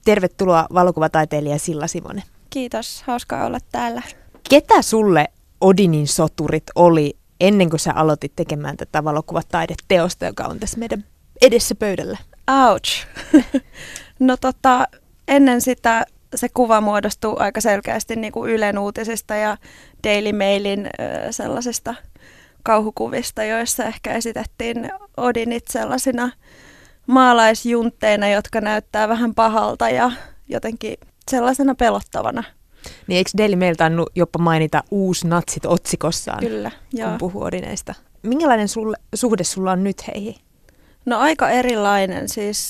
Tervetuloa valokuvataiteilija Silla Simonen. Kiitos, hauskaa olla täällä. Ketä sulle Odinin soturit oli ennen kuin sä aloitit tekemään tätä valokuvataideteosta, joka on tässä meidän edessä pöydällä? Ouch! No ennen sitä se kuva muodostuu aika selkeästi niin kuin Ylen uutisista ja Daily Mailin sellaisista kauhukuvista, joissa ehkä esitettiin Odinit sellaisina maalaisjuntteina, jotka näyttää vähän pahalta ja jotenkin sellaisena pelottavana. Niin eikö Daily Mail tainnut jopa mainita uusnatsit otsikossaan, Kyllä, kun puhuu Odineista? Minkälainen suhde sulla on nyt heihin? No aika erilainen.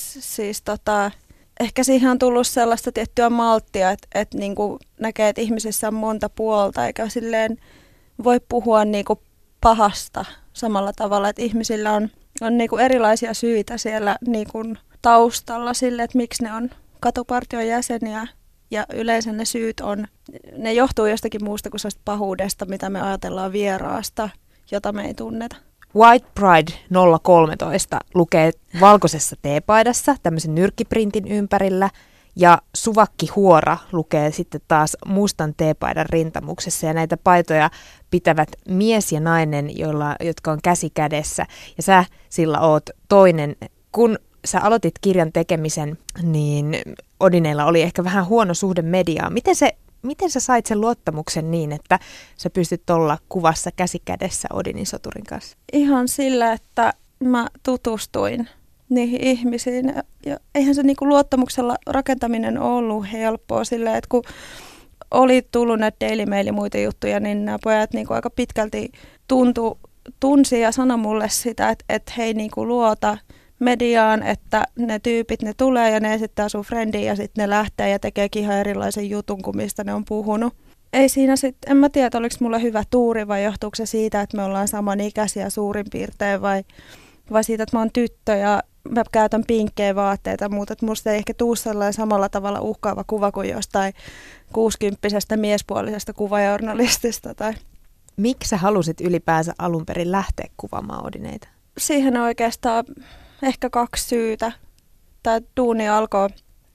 Ehkä siihen on tullut sellaista tiettyä malttia, että niinku näkee, että ihmisissä on monta puolta, eikä silleen voi puhua niinku pahasta samalla tavalla, että ihmisillä on niinku erilaisia syitä siellä niinku taustalla sille, että miksi ne on katupartion jäseniä. Ja yleensä ne syyt ne johtuu jostakin muusta kuin sellaista pahuudesta, mitä me ajatellaan vieraasta, jota me ei tunneta. White Pride 013 lukee valkoisessa teepaidassa tämmöisen nyrkkiprintin ympärillä ja Suvakki Huora lukee sitten taas mustan teepaidan rintamuksessa ja näitä paitoja pitävät mies ja nainen, jotka on käsi kädessä ja sä Silla oot toinen. Kun sä aloitit kirjan tekemisen, niin Odineilla oli ehkä vähän huono suhde mediaan. Miten sä sait sen luottamuksen niin, että sä pystyt olla kuvassa käsi kädessä Odinin soturin kanssa? Ihan sillä, että mä tutustuin niihin ihmisiin. Ja eihän se niinku luottamuksella rakentaminen ollut helppoa silleen, että kun oli tullut näitä Daily Mail ja muita juttuja, niin nämä pojat niinku aika pitkälti tunsi ja sanoi mulle sitä, että hei niinku luota mediaan, että ne tyypit, ne tulee ja ne esittää sun friendiin ja sitten ne lähtee ja tekeekin ihan erilaisen jutun kuin mistä ne on puhunut. Ei siinä sitten, en mä tiedä, oliko mulla hyvä tuuri vai johtuuko se siitä, että me ollaan samanikäisiä suurin piirtein vai siitä, että mä oon tyttö ja mä käytän pinkkejä vaatteita, mutta että musta ei ehkä tuu sellainen samalla tavalla uhkaava kuva kuin jostain 60-vuotiaasta miespuolisesta kuvajournalistista. Miksi sä halusit ylipäänsä alun perin lähteä kuvaamaan Odineita? Siihen on oikeastaan ehkä 2 syytä. Tämä duuni alkoi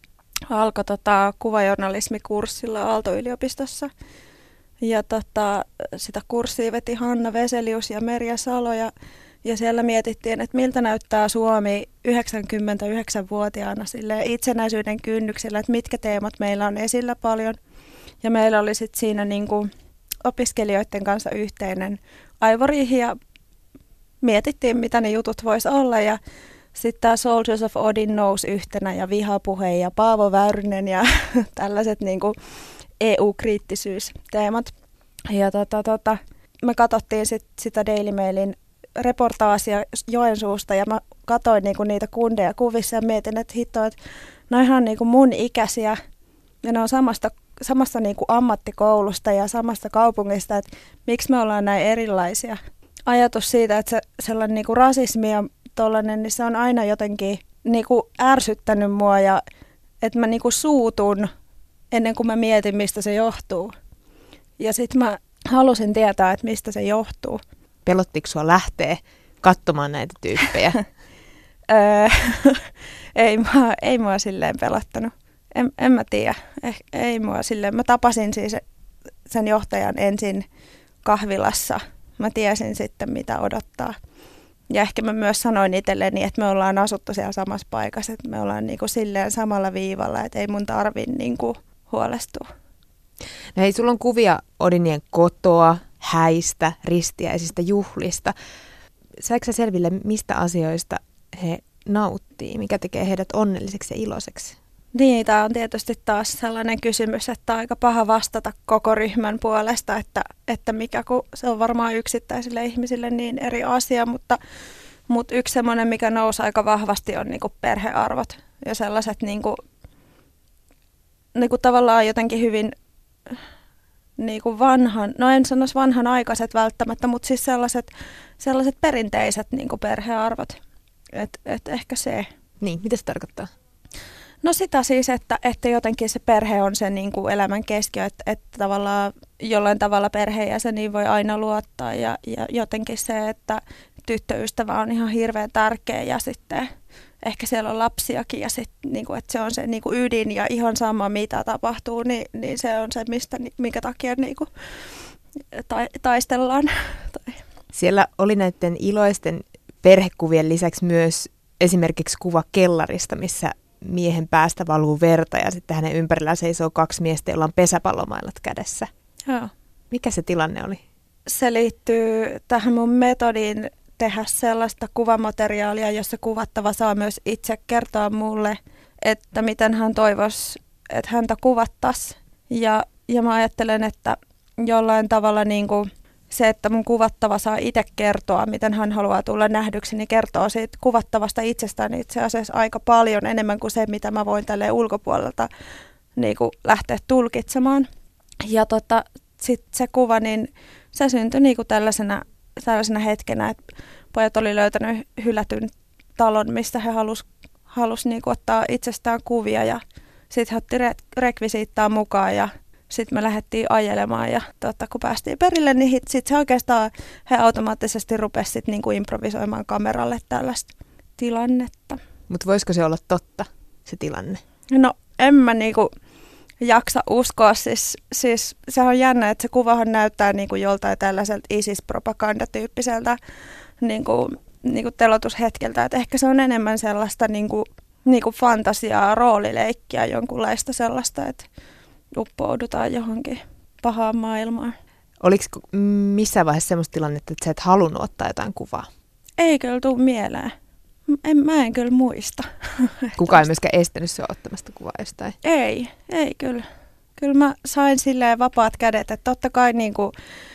kuvajournalismikurssilla Aalto-yliopistossa. Ja sitä kurssia veti Hanna Veselius ja Merja Salo. Ja siellä mietittiin, että miltä näyttää Suomi 99-vuotiaana itsenäisyyden kynnyksellä, että mitkä teemat meillä on esillä paljon. Ja meillä oli sitten siinä niinku opiskelijoiden kanssa yhteinen aivoriihi ja mietittiin, mitä ne jutut vois olla ja sitten tämä Soldiers of Odin nousi yhtenä ja ja Paavo Väyrynen ja tällaiset niinku EU-kriittisyysteemat. Ja me katsottiin sitä Daily Mailin reportaasia Joensuusta ja mä katsoin niinku niitä kundeja kuvissa ja mietin, että hitto, että ne on ihan niinku mun ikäisiä ja ne on samasta niinku ammattikoulusta ja samasta kaupungista, että miksi me ollaan näin erilaisia. Ajatus siitä, että se sellainen niinku rasismi ja tollainen, niin se on aina jotenkin niinku ärsyttänyt mua ja että mä niinku suutun ennen kuin mä mietin, mistä se johtuu. Ja sitten mä halusin tietää, että mistä se johtuu. Pelottiko sua lähteä katsomaan näitä tyyppejä? Ei mua silleen pelottanut. En mä tiedä. Ei mua silleen. Mä tapasin siis sen johtajan ensin kahvilassa. Mä tiesin sitten, mitä odottaa. Ja ehkä mä myös sanoin itselleni, että me ollaan asuttu siellä samassa paikassa. Että me ollaan niinku silleen samalla viivalla, että ei mun tarvitse niinku huolestua. No hei, sulla on kuvia Odinien kotoa, häistä, ristiäisistä, juhlista. Saiko sä selville, mistä asioista he nauttii? Mikä tekee heidät onnelliseksi ja iloiseksi? Niin, tämä on tietysti taas sellainen kysymys, että on aika paha vastata koko ryhmän puolesta, että mikä kun se on varmaan yksittäisille ihmisille niin eri asia, mutta yksi semmoinen, mikä nousi aika vahvasti on niinku perhearvot ja sellaiset niinku tavallaan jotenkin hyvin niinku no en sanoisi vanhanaikaiset välttämättä, mutta siis sellaiset perinteiset niinku perhearvot, että ehkä se. Niin, mitä se tarkoittaa? No sitä siis, että jotenkin se perhe on se niin kuin elämän keskiö, että tavallaan jollain tavalla perheenjäseniin voi aina luottaa ja jotenkin se, että tyttöystävä on ihan hirveän tärkeä ja sitten ehkä siellä on lapsiakin ja sitten niinku, että se on se niinku ydin ja ihan sama mitä tapahtuu, niin se on se, minkä takia niinku, taistellaan. Siellä oli näiden iloisten perhekuvien lisäksi myös esimerkiksi kuva kellarista, missä miehen päästä valuu verta ja sitten hänen ympärillään seisoo 2 miestä, joilla on pesäpallomailat kädessä. Joo. Mikä se tilanne oli? Se liittyy tähän mun metodiin tehdä sellaista kuvamateriaalia, jossa kuvattava saa myös itse kertoa mulle, että miten hän toivoisi, että häntä kuvattaisiin. Ja mä ajattelen, että jollain tavalla niin kuin se, että mun kuvattava saa itse kertoa, miten hän haluaa tulla nähdyksi, niin kertoo siitä kuvattavasta itsestään itse asiassa aika paljon enemmän kuin se, mitä mä voin tälleen ulkopuolelta niin kuin lähteä tulkitsemaan. Ja sitten se kuva, niin se syntyi niin kuin tällaisena hetkenä, että pojat oli löytänyt hylätyn talon, mistä he halusi niin kuin ottaa itsestään kuvia ja sitten he otti rekvisiittaa mukaan ja sitten me lähdettiin ajelemaan ja kun päästiin perille, niin sitten se oikeastaan he automaattisesti rupesivat niin kuin improvisoimaan kameralle tällaista tilannetta. Mutta voisiko se olla totta, se tilanne? No en mä niinku jaksa uskoa. Siis se on jännä, että se kuvahan näyttää niinku joltain tällaiselta ISIS-propagandatyyppiseltä niinku telotushetkeltä. Et ehkä se on enemmän sellaista niinku fantasiaa, roolileikkiä, jonkunlaista sellaista, että uppoudutaan johonkin pahaan maailmaan. Oliko missään vaiheessa semmoista tilannetta, että sä et halunnut ottaa jotain kuvaa? Ei kyllä tule mieleen. Mä en kyllä muista. Kukaan ei myöskään estänyt sua ottamasta kuvaa jostain? Ei kyllä. Kyllä mä sain silleen vapaat kädet, että totta kai niinku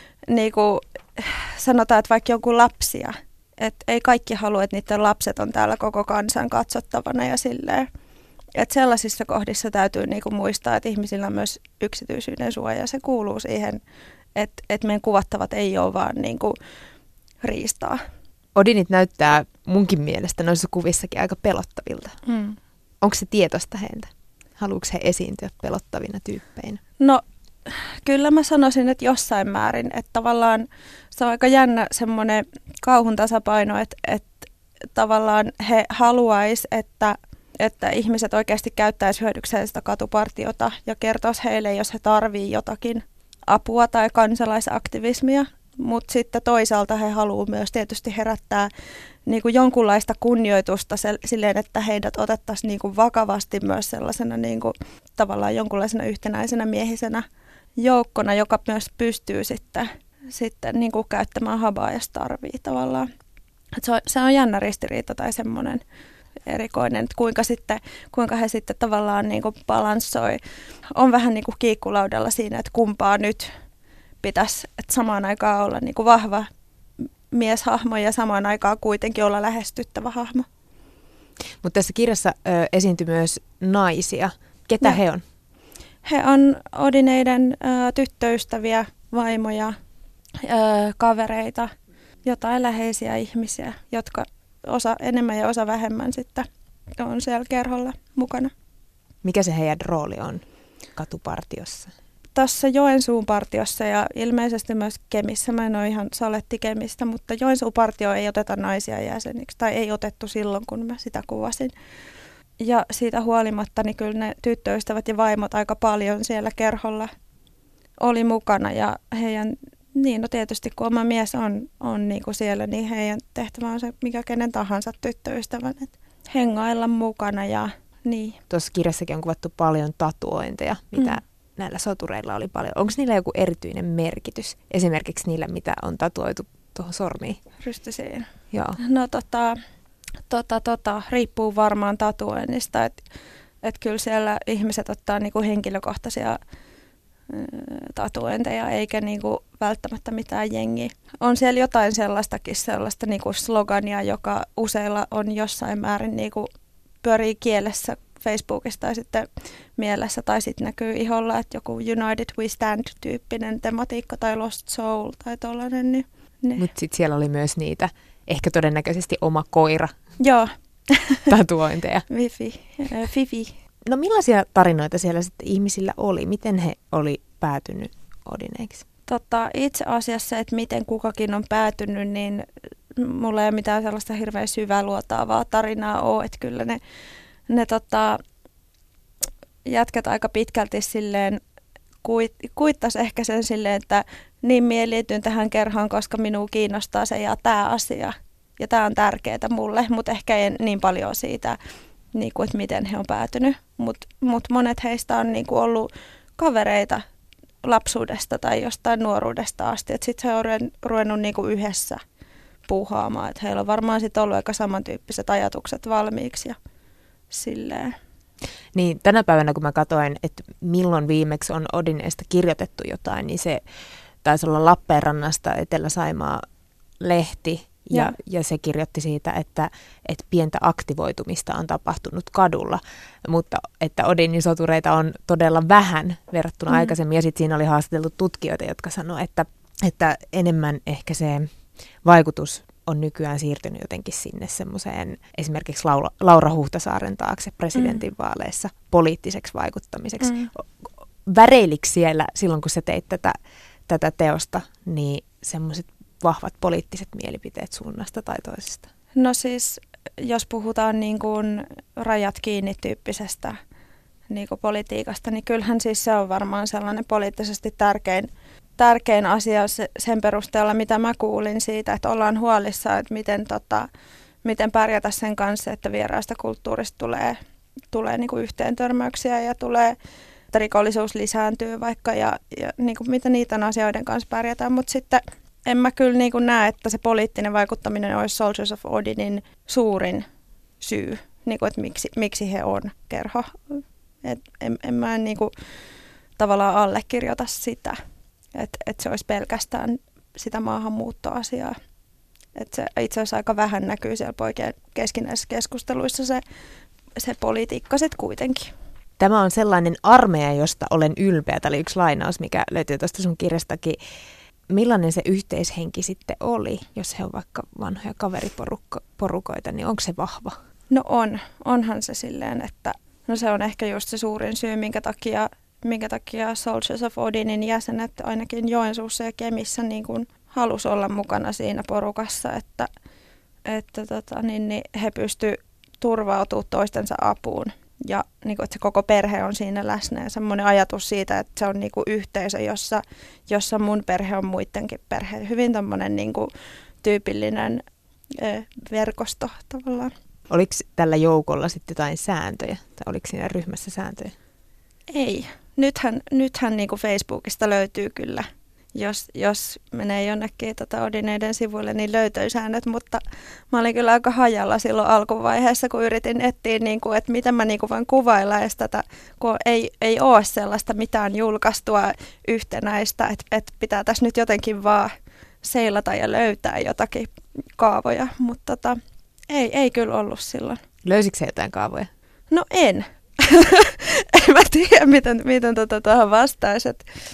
sanotaan, että vaikka jonkun lapsia, että ei kaikki halua, että niiden lapset on täällä koko kansan katsottavana ja silleen. Että sellaisissa kohdissa täytyy niinku muistaa, että ihmisillä on myös yksityisyyden suoja. Se kuuluu siihen, että meidän kuvattavat ei ole vaan niinku riistaa. Odinit näyttää munkin mielestä noissa kuvissakin aika pelottavilta. Mm. Onko se tietoista heiltä? Haluatko he esiintyä pelottavina tyyppeinä? No kyllä mä sanoisin, että jossain määrin. Että tavallaan se on aika jännä semmoinen kauhun tasapaino, että tavallaan he haluaisi, että ihmiset oikeasti käyttäisi hyödykseen sitä katupartiota ja kertoisi heille, jos he tarvitsevat jotakin apua tai kansalaisaktivismia. Mutta sitten toisaalta he haluavat myös tietysti herättää niinku jonkunlaista kunnioitusta silleen, että heidät otettaisiin niinku vakavasti myös sellaisena niinku, tavallaan jonkunlaisena yhtenäisenä miehisenä joukkona, joka myös pystyy sitten niinku käyttämään habaa, jos tarvii tavallaan. Se on jännä ristiriita tai semmoinen erikoinen, että kuinka he sitten tavallaan niinku balanssoi. On vähän niin kuin kiikkulaudalla siinä, että kumpaa nyt pitäisi, että samaan aikaan olla niin kuin vahva mieshahmo ja samaan aikaan kuitenkin olla lähestyttävä hahmo. Mutta tässä kirjassa esiintyi myös naisia. Ketä he on? He on Odineiden tyttöystäviä, vaimoja, kavereita, jotain läheisiä ihmisiä, jotka osa enemmän ja osa vähemmän sitten on siellä kerholla mukana. Mikä se heidän rooli on katupartiossa? Tässä Joensuun partiossa ja ilmeisesti myös Kemissä, mä en ole ihan saletti Kemistä, mutta Joensuun partio ei oteta naisia jäseniksi tai ei otettu silloin, kun mä sitä kuvasin. Ja siitä huolimatta niin kyllä ne tyttöystävät ja vaimot aika paljon siellä kerholla oli mukana ja heidän, niin no tietysti kun oma mies on niin kuin siellä, niin heidän tehtävä on se mikä kenen tahansa tyttöystävän, että hengailla mukana ja niin. Tuossa kirjassakin on kuvattu paljon tatuointeja, mitä näillä sotureilla oli paljon. Onko niillä joku erityinen merkitys? Esimerkiksi niillä, mitä on tatuoitu tuohon sormiin? Rystisiin. Joo. No riippuu varmaan tatuoinnista, että kyllä siellä ihmiset ottaa niinku henkilökohtaisia tatuointeja eikä niinku välttämättä mitään jengiä. On siellä jotain sellaista niinku slogania, joka useilla on jossain määrin niinku pyörii kielessä Facebookissa tai sitten mielessä tai sitten näkyy iholla, että joku United We Stand-tyyppinen tematiikka tai Lost Soul tai tollainen. Niin. Mutta sitten siellä oli myös niitä, ehkä todennäköisesti oma koira. Joo. Tatuointeja. Fifi. No millaisia tarinoita siellä sitten ihmisillä oli? Miten he oli päätynyt Odineiksi? Itse asiassa, että miten kukakin on päätynyt, niin mulla ei ole mitään sellaista hirveän syväluotaavaa tarinaa ole, että kyllä ne jätkät aika pitkälti silleen kuittas ehkä sen silleen, että niin minä liityn tähän kerhoon, koska minua kiinnostaa se ja tämä asia. Ja tämä on tärkeää mulle, mutta ehkä ei niin paljon siitä, niin kuin, että miten he on päätynyt. Mutta monet heistä on niin kuin ollut kavereita lapsuudesta tai jostain nuoruudesta asti. Sitten he on ruvennut niin kuin yhdessä puuhaamaan. Et heillä on varmaan sit ollut aika samantyyppiset ajatukset valmiiksi ja silleen. Niin, tänä päivänä kun mä katsoin, että milloin viimeksi on Odineesta kirjoitettu jotain, niin se taisi olla Lappeenrannasta Etelä-Saimaa-lehti. Ja se kirjoitti siitä, että pientä aktivoitumista on tapahtunut kadulla, mutta että Odinin sotureita on todella vähän verrattuna aikaisemmin. Ja sitten siinä oli haastateltu tutkijoita, jotka sanoivat, että enemmän ehkä se vaikutus on nykyään siirtynyt jotenkin sinne semmoiseen esimerkiksi Laura Huhtasaaren taakse presidentinvaaleissa poliittiseksi vaikuttamiseksi. Väreilikö siellä silloin, kun sä teit tätä teosta, niin semmoiset vahvat poliittiset mielipiteet suunnasta tai toisesta? No siis, jos puhutaan niin kuin rajat kiinni tyyppisestä niin kuin politiikasta, niin kyllähän siis se on varmaan sellainen poliittisesti tärkein asia sen perusteella, mitä mä kuulin siitä, että ollaan huolissaan, että miten pärjätä sen kanssa, että vieraasta kulttuurista tulee niin kuin yhteentörmäyksiä ja tulee, että rikollisuus lisääntyy vaikka ja niin kuin miten niiden asioiden kanssa pärjätään, mutta sitten en mä kyllä niin kuin näe, että se poliittinen vaikuttaminen olisi Soldiers of Odinin suurin syy, niin kuin, että miksi he on kerho. En mä niin kuin tavallaan allekirjoita sitä, että se olisi pelkästään sitä maahanmuuttoasiaa. Että se itse asiassa aika vähän näkyy siellä poikien keskinäisissä keskusteluissa se politiikka sitten kuitenkin. Tämä on sellainen armeija, josta olen ylpeä. Tämä oli yksi lainaus, mikä löytyy tuosta sun kirjastakin. Millainen se yhteishenki sitten oli, jos he on vaikka vanhoja kaveriporukoita, niin onko se vahva? No onhan se silleen, että no se on ehkä just se suurin syy, minkä takia Soldiers of Odinin jäsenet ainakin Joensuussa ja Kemissä niin kuin halusi olla mukana siinä porukassa, että niin he pystyivät turvautumaan toistensa apuun. Ja niin kuin, että se koko perhe on siinä läsnä ja semmoinen ajatus siitä, että se on niin kuin yhteisö, jossa mun perhe on muidenkin perhe. Hyvin tommoinen niin kuin tyypillinen verkosto tavallaan. Oliko tällä joukolla sitten jotain sääntöjä? Tai oliko siinä ryhmässä sääntöjä? Ei. Nythän niin kuin Facebookista löytyy kyllä. Jos menee jonnekin Odineiden sivuille, niin löytyy säännöt, mutta mä olin kyllä aika hajalla silloin alkuvaiheessa, kun yritin etsiä, niin kuin, että miten mä niin kuin voin kuvailla edes tätä, kun ei ole sellaista mitään julkaistua yhtenäistä, että pitää tässä nyt jotenkin vaan seilata ja löytää jotakin kaavoja, mutta ei kyllä ollut silloin. Löysitkö sä jotain kaavoja? No en. En mä tiedä, miten tuohon vastaisi.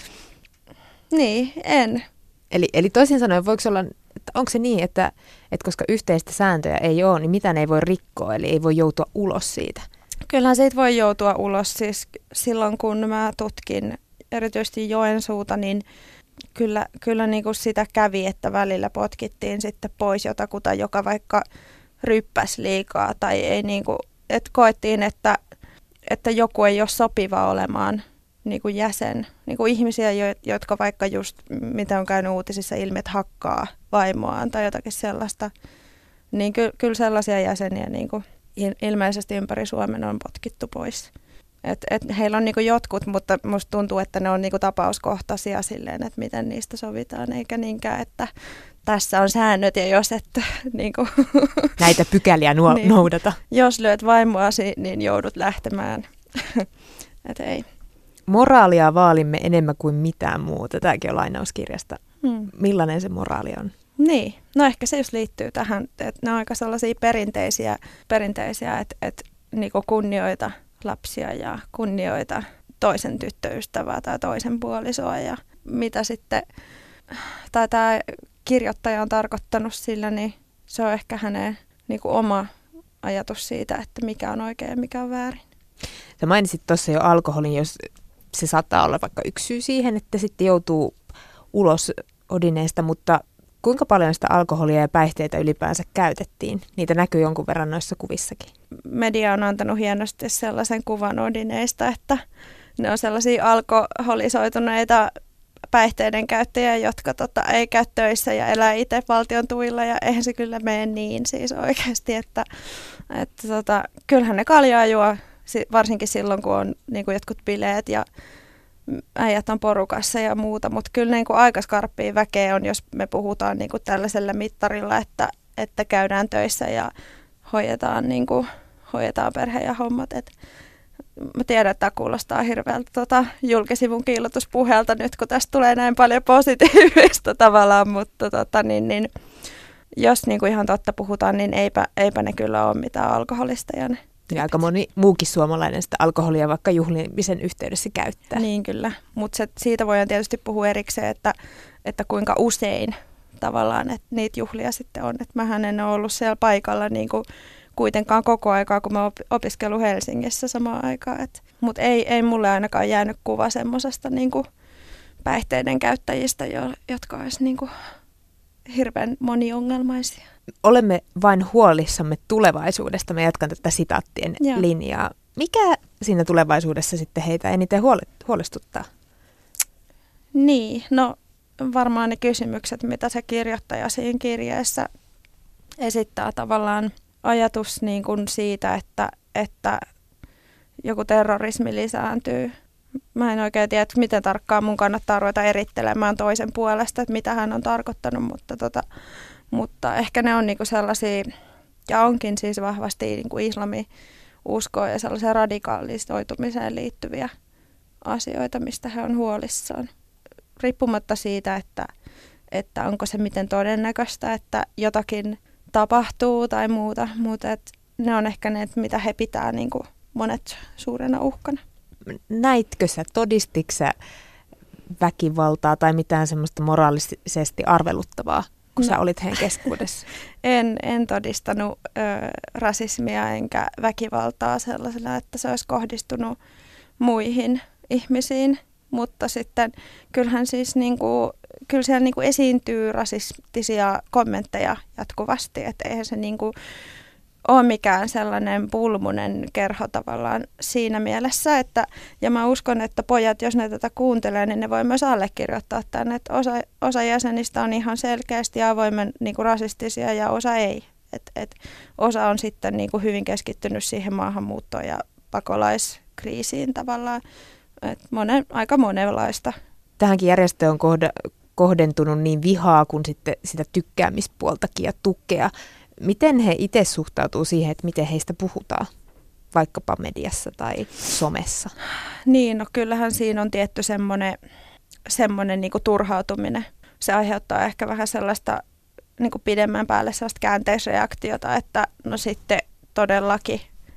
Niin, en. Eli toisin sanoen, voiko olla, että onko se niin, että koska yhteistä sääntöjä ei ole, niin mitään ei voi rikkoa, eli ei voi joutua ulos siitä? Kyllähän siitä voi joutua ulos. Siis silloin, kun mä tutkin erityisesti Joensuuta, niin kyllä niin kuin sitä kävi, että välillä potkittiin sitten pois jotakuta, joka vaikka ryppäsi liikaa tai ei niin kuin, että koettiin, että joku ei ole sopiva olemaan niin kuin jäsen, niin kuin ihmisiä, jotka vaikka just, mitä on käynyt uutisissa ilmi, että hakkaa vaimoaan tai jotakin sellaista, niin kyllä sellaisia jäseniä niin kuin ilmeisesti ympäri Suomen on potkittu pois. Et heillä on niin kuin jotkut, mutta musta tuntuu, että ne on niin kuin tapauskohtaisia silleen, että miten niistä sovitaan, eikä niinkään, että tässä on säännöt ja jos et niin kuin näitä pykäliä niin, noudata. Jos lyöt vaimoasi, niin joudut lähtemään. Et ei. Moraalia vaalimme enemmän kuin mitään muuta. Tämäkin on lainauskirjasta. Millainen se moraali on? Niin, no ehkä se just liittyy tähän, että ne on aika sellaisia perinteisiä että niinku kunnioita lapsia ja kunnioita toisen tyttöystävää tai toisen puolisoa ja mitä sitten, tai tämä kirjoittaja on tarkoittanut sillä, niin se on ehkä hänen niinku oma ajatus siitä, että mikä on oikein ja mikä on väärin. Sä mainitsit tuossa jo alkoholin, jos se saattaa olla vaikka yksi syy siihen, että sitten joutuu ulos Odineesta, mutta Kuinka paljon sitä alkoholia ja päihteitä ylipäänsä käytettiin? Niitä näkyy jonkun verran noissa kuvissakin. Media on antanut hienosti sellaisen kuvan Odineista, että ne on sellaisia alkoholisoituneita päihteiden käyttäjiä, jotka ei käy töissä ja elää itse valtion tuilla, ja eihän se kyllä mene niin siis oikeasti, että kyllähän ne kaljaa juo, varsinkin silloin, kun on niin kuin jotkut bileet ja äijät on porukassa ja muuta, mutta kyllä niin kuin aika skarppia väkeä on, jos me puhutaan niin kuin tällaisella mittarilla, että käydään töissä ja hoidetaan perhe ja hommat. Mä tiedän, että tämä kuulostaa hirveältä julkisivun kiillotuspuheelta nyt, kun tästä tulee näin paljon positiivista tavallaan, mutta jos niin kuin ihan totta puhutaan, niin eipä ne kyllä ole mitään alkoholista. Ja aika moni muukin suomalainen sitä alkoholia vaikka juhlimisen yhteydessä käyttää. Niin kyllä, mutta siitä voidaan tietysti puhua erikseen, että kuinka usein tavallaan että niitä juhlia sitten on. Että mähän en ole ollut siellä paikalla niin kuin kuitenkaan koko aikaa, kun mä opiskellut Helsingissä samaan aikaan. Mutta ei mulle ainakaan jäänyt kuva semmoisesta niin kuin päihteiden käyttäjistä, jotka olisi niin kuin hirveän moniongelmaisia. Olemme vain huolissamme tulevaisuudesta. Mä jatkan tätä sitaattien linjaa. Mikä siinä tulevaisuudessa sitten heitä eniten huolestuttaa? Niin, no varmaan ne kysymykset, mitä se kirjoittaja siinä kirjeessä esittää, tavallaan ajatus niin kuin siitä, että joku terrorismi lisääntyy. Mä en oikein tiedä, miten tarkkaan mun kannattaa ruveta erittelemään toisen puolesta, että mitä hän on tarkoittanut, mutta ehkä ne on niinku sellaisia, ja onkin siis vahvasti niinku islami-uskoon ja sellaiseen radikaalistoitumiseen liittyviä asioita, mistä he on huolissaan. Riippumatta siitä, että onko se miten todennäköistä, että jotakin tapahtuu tai muuta, mutta ne on ehkä ne, mitä he pitää niinku monet suurena uhkana. Näitkö sä, todistitko sä väkivaltaa tai mitään semmoista moraalisesti arveluttavaa, kun sä olit heidän keskuudessa? En todistanut rasismia enkä väkivaltaa sellaisena, että se olisi kohdistunut muihin ihmisiin, mutta sitten kyllähän siis kyllä siellä esiintyy rasistisia kommentteja jatkuvasti, että eihän se ole mikään sellainen pulmunen kerho tavallaan siinä mielessä, ja mä uskon, että pojat, jos ne tätä kuuntelee, niin ne voi myös allekirjoittaa tämän, että osa jäsenistä on ihan selkeästi avoimen rasistisia ja osa ei. Osa on sitten hyvin keskittynyt siihen maahanmuuttoon ja pakolaiskriisiin tavallaan, aika monenlaista. Tähänkin järjestöön on kohdentunut niin vihaa kuin sitten sitä tykkäämispuoltakin ja tukea. Miten he itse suhtautuu siihen, että miten heistä puhutaan, vaikkapa mediassa tai somessa? Niin, no kyllähän siinä on tietty semmoinen turhautuminen. Se aiheuttaa ehkä vähän sellaista pidemmän päälle sellaista käänteisreaktiota, että no sitten todellakin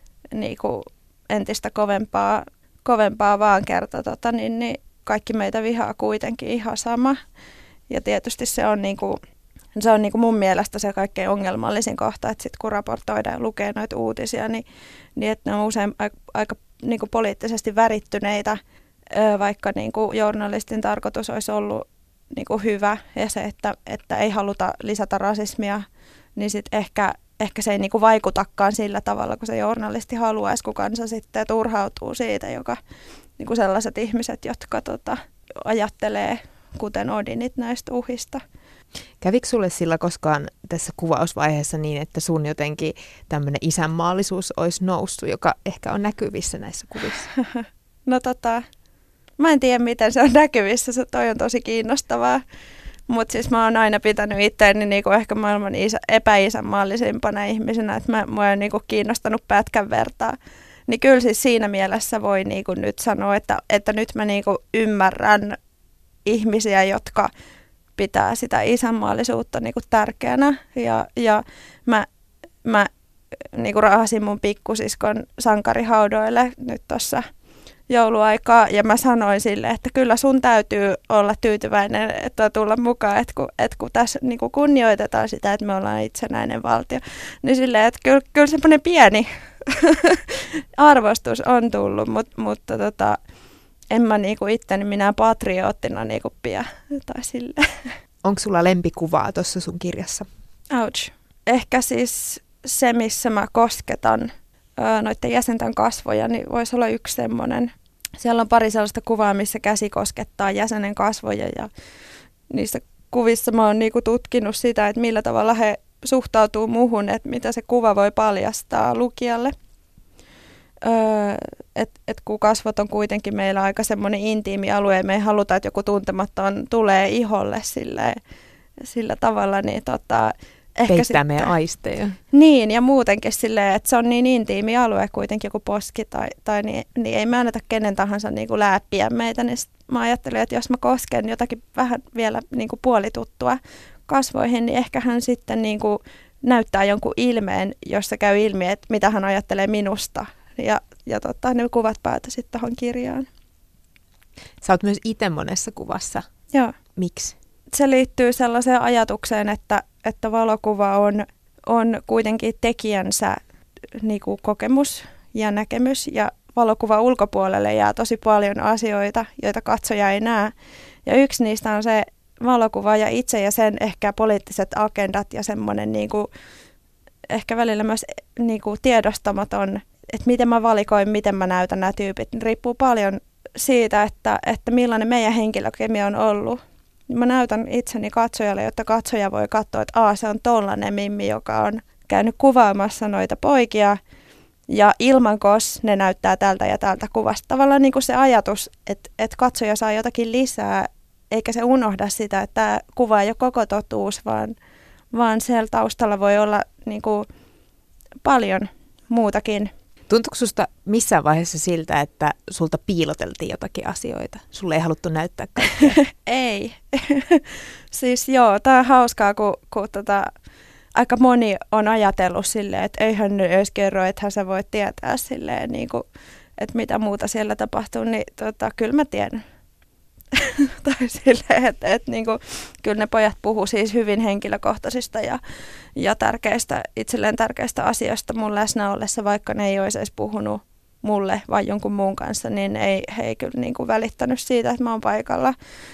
entistä kovempaa vaan kerta, niin kaikki meitä vihaa kuitenkin ihan sama. Ja tietysti se on mun mielestä se kaikkein ongelmallisin kohta, että sit kun raportoidaan ja lukee noita uutisia, niin että ne on usein aika poliittisesti värittyneitä, vaikka journalistin tarkoitus olisi ollut hyvä ja se, että ei haluta lisätä rasismia, niin sitten ehkä se ei vaikutakaan sillä tavalla, kun se journalisti haluaisi, kun kansa sitten turhautuu siitä, joka sellaiset ihmiset, jotka ajattelee kuten Odinit näistä uhista. Kävikö sulle sillä koskaan tässä kuvausvaiheessa niin, että sun jotenkin tämmöinen isänmaallisuus olisi noussut, joka ehkä on näkyvissä näissä kuvissa? No mä en tiedä miten se on näkyvissä, se toi on tosi kiinnostavaa. Mutta siis mä oon aina pitänyt itseäni ehkä maailman epäisänmaallisimpana ihmisenä, että mua on kiinnostanut pätkän vertaa. Niin kyllä siis siinä mielessä voi nyt sanoa, että nyt mä ymmärrän ihmisiä, jotka pitää sitä isänmaallisuutta tärkeänä. Ja mä raahasin mun pikkusiskon sankarihaudoille nyt tuossa jouluaikaa, ja mä sanoin sille, että kyllä sun täytyy olla tyytyväinen, että tulla mukaan, että kun tässä kunnioitetaan sitä, että me ollaan itsenäinen valtio, niin silleen, että kyllä semmoinen pieni arvostus on tullut, mutta en mä itteni minä patrioottina pidä tai silleen. Onko sulla lempikuvaa tuossa sun kirjassa? Ouch. Ehkä siis se, missä mä kosketan noiden jäsenten kasvoja, niin voisi olla yksi semmoinen. Siellä on pari sellaista kuvaa, missä käsi koskettaa jäsenen kasvoja ja niissä kuvissa mä oon niinku tutkinut sitä, että millä tavalla he suhtautuu muuhun, että mitä se kuva voi paljastaa lukijalle. Kun kasvot on kuitenkin meillä aika semmoinen intiimi alue ja me ei haluta, että joku tuntematon tulee iholle sillä tavalla, niin ehkä peittää sitten, meidän aisteja. Niin, ja muutenkin silleen, että se on niin intiimi alue kuitenkin joku poski tai niin ei me anneta kenen tahansa niin kuin läppiä meitä, niin mä ajattelin, että jos mä kosken jotakin vähän vielä niin kuin puolituttua kasvoihin, niin ehkä hän sitten niin kuin näyttää jonkun ilmeen, jossa käy ilmi, että mitä hän ajattelee minusta. Ja ne kuvat päätösit tuohon kirjaan. Sä oot myös itse monessa kuvassa. Joo. Miksi? Se liittyy sellaiseen ajatukseen, että valokuva on kuitenkin tekijänsä niin kuin kokemus ja näkemys. Ja valokuva ulkopuolelle jää tosi paljon asioita, joita katsoja ei näe. Ja yksi niistä on se valokuva ja itse ja sen ehkä poliittiset agendat ja semmoinen niin kuin, ehkä välillä myös niin kuin tiedostamaton, että miten mä valikoin, miten mä näytän nämä tyypit, niin riippuu paljon siitä, että millainen meidän henkilökemia on ollut. Mä näytän itseni katsojalle, jotta katsoja voi katsoa, että se on tollainen mimmi, joka on käynyt kuvaamassa noita poikia. Ja ilmankos ne näyttää tältä ja tältä kuvasta. Tavallaan niin kuin se ajatus, että katsoja saa jotakin lisää, eikä se unohda sitä, että tämä kuva ei ole koko totuus, vaan siellä taustalla voi olla niin kuin paljon muutakin. Tuntuuko susta missään vaiheessa siltä, että sulta piiloteltiin jotakin asioita? Sulle ei haluttu näyttää kaikkea? Ei. Siis joo, tää on hauskaa, kun aika moni on ajatellut silleen, että eihän ne edes kerro, ethän sä voi tietää silleen, niin kuin, että mitä muuta siellä tapahtuu, niin kyllä mä tiedän. Tai silleen, että niin kuin, kyllä ne pojat puhuu siis hyvin henkilökohtaisista ja itselleen tärkeistä asioista mun läsnä ollessa, vaikka ne ei olisi edes puhunut mulle vai jonkun muun kanssa, niin he ei kyllä niin kuin välittänyt siitä, että mä oon paikalla.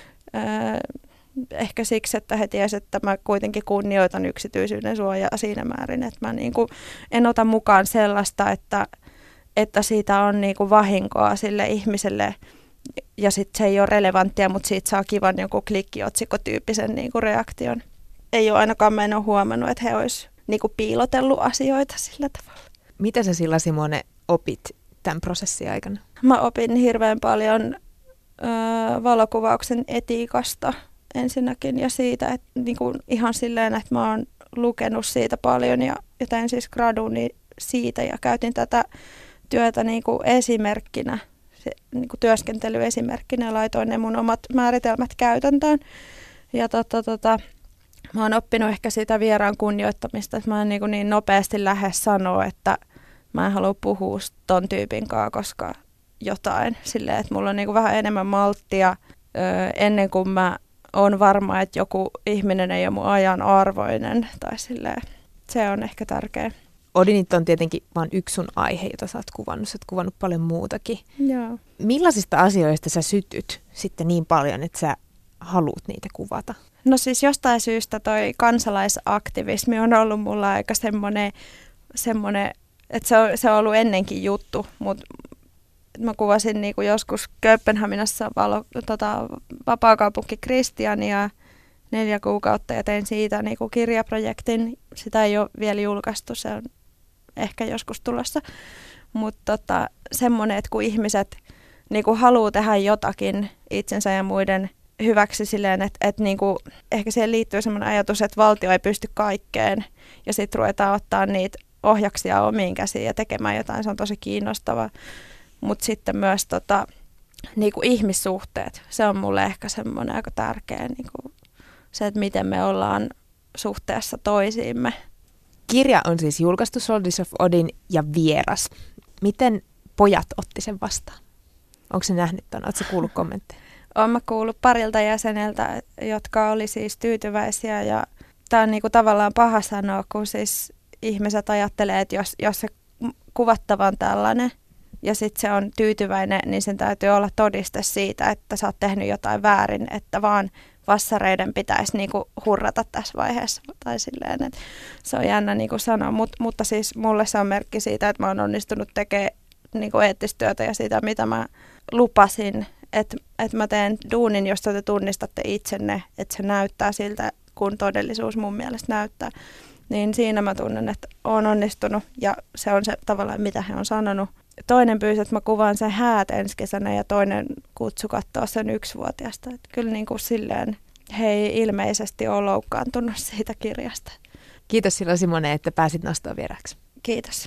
Ehkä siksi, että he tiesivät, että mä kuitenkin kunnioitan yksityisyyden suojaa siinä määrin, että mä niin kuin en ota mukaan sellaista, että siitä on niin kuin vahinkoa sille ihmiselle, ja sitten se ei ole relevanttia, mutta siitä saa kivan joku klikkiotsikotyyppisen niinku reaktion. Ei ole ainakaan, mä en ole huomannut, että he olisi niinku piilotellut asioita sillä tavalla. Mitä sä Silla Simone opit tämän prosessin aikana? Mä opin hirveän paljon valokuvauksen etiikasta ensinnäkin ja siitä, että niinku ihan silleen, että mä oon lukenut siitä paljon ja tein siis graduni siitä ja käytin tätä työtä niinku esimerkkinä. Niin kuin työskentelyesimerkkinä ja laitoin ne mun omat määritelmät käytäntöön. Ja mä oon oppinut ehkä sitä vieraan kunnioittamista, että mä en niin nopeasti lähde sanoa, että mä en halua puhua ton tyypin kanssa, koska jotain. Silleen, että mulla on niin kuin vähän enemmän malttia ennen kuin mä oon varma, että joku ihminen ei ole mun ajan arvoinen. Tai silleen, se on ehkä tärkeä. Odinit on tietenkin vain yksi sun aihe, jota sä oot kuvannut. Sä oot kuvannut paljon muutakin. Joo. Millaisista asioista sä sytyt sitten niin paljon, että sä haluat niitä kuvata? No siis jostain syystä toi kansalaisaktivismi on ollut mulla aika semmoinen että se on ollut ennenkin juttu, mutta mä kuvasin niinku joskus Kööpenhaminassa vapaakaupunki Kristiania 4 kuukautta ja tein siitä niinku kirjaprojektin. Sitä ei ole vielä julkaistu, se on ehkä joskus tulossa. Mutta semmoinen, että kun ihmiset niinku haluaa tehdä jotakin itsensä ja muiden hyväksi silleen, että niinku, ehkä siihen liittyy semmoinen ajatus, että valtio ei pysty kaikkeen ja sitten ruvetaan ottaa niitä ohjaksia omiin käsiin ja tekemään jotain, se on tosi kiinnostavaa. Mutta sitten myös niinku ihmissuhteet, se on mulle ehkä semmoinen aika tärkeä, niinku, se, että miten me ollaan suhteessa toisiimme. Kirja on siis julkaistu Soldiers of Odin ja Vieras. Miten pojat otti sen vastaan? Onko se nähnyt tämän? Oletko kuullut kommentteja? Olen mä kuullut parilta jäseneltä, jotka oli siis tyytyväisiä ja tämä on niinku tavallaan paha sanoa, kun siis ihmiset ajattelee, että jos se kuvattava on tällainen ja sitten se on tyytyväinen, niin sen täytyy olla todiste siitä, että sä oot tehnyt jotain väärin, että vaan vassareiden pitäisi niinku hurrata tässä vaiheessa. Tai silleen, että se on jännä niinku sanoa, mutta siis mulle se on merkki siitä, että mä oon onnistunut tekemään niinku eettistä työtä ja sitä, mitä mä lupasin, että mä teen duunin, josta te tunnistatte itsenne, että se näyttää siltä, kun todellisuus mun mielestä näyttää. Niin siinä mä tunnen, että oon onnistunut ja se on se tavallaan, mitä he on sanonut. Toinen pyysi, että mä kuvaan sen häät ensi kesänä ja toinen kutsu katsoa sen 1-vuotiaasta. Että kyllä niin kuin silleen he ei ilmeisesti ole loukkaantunut siitä kirjasta. Kiitos silloin Simone, että pääsit nostoon vieraksi. Kiitos.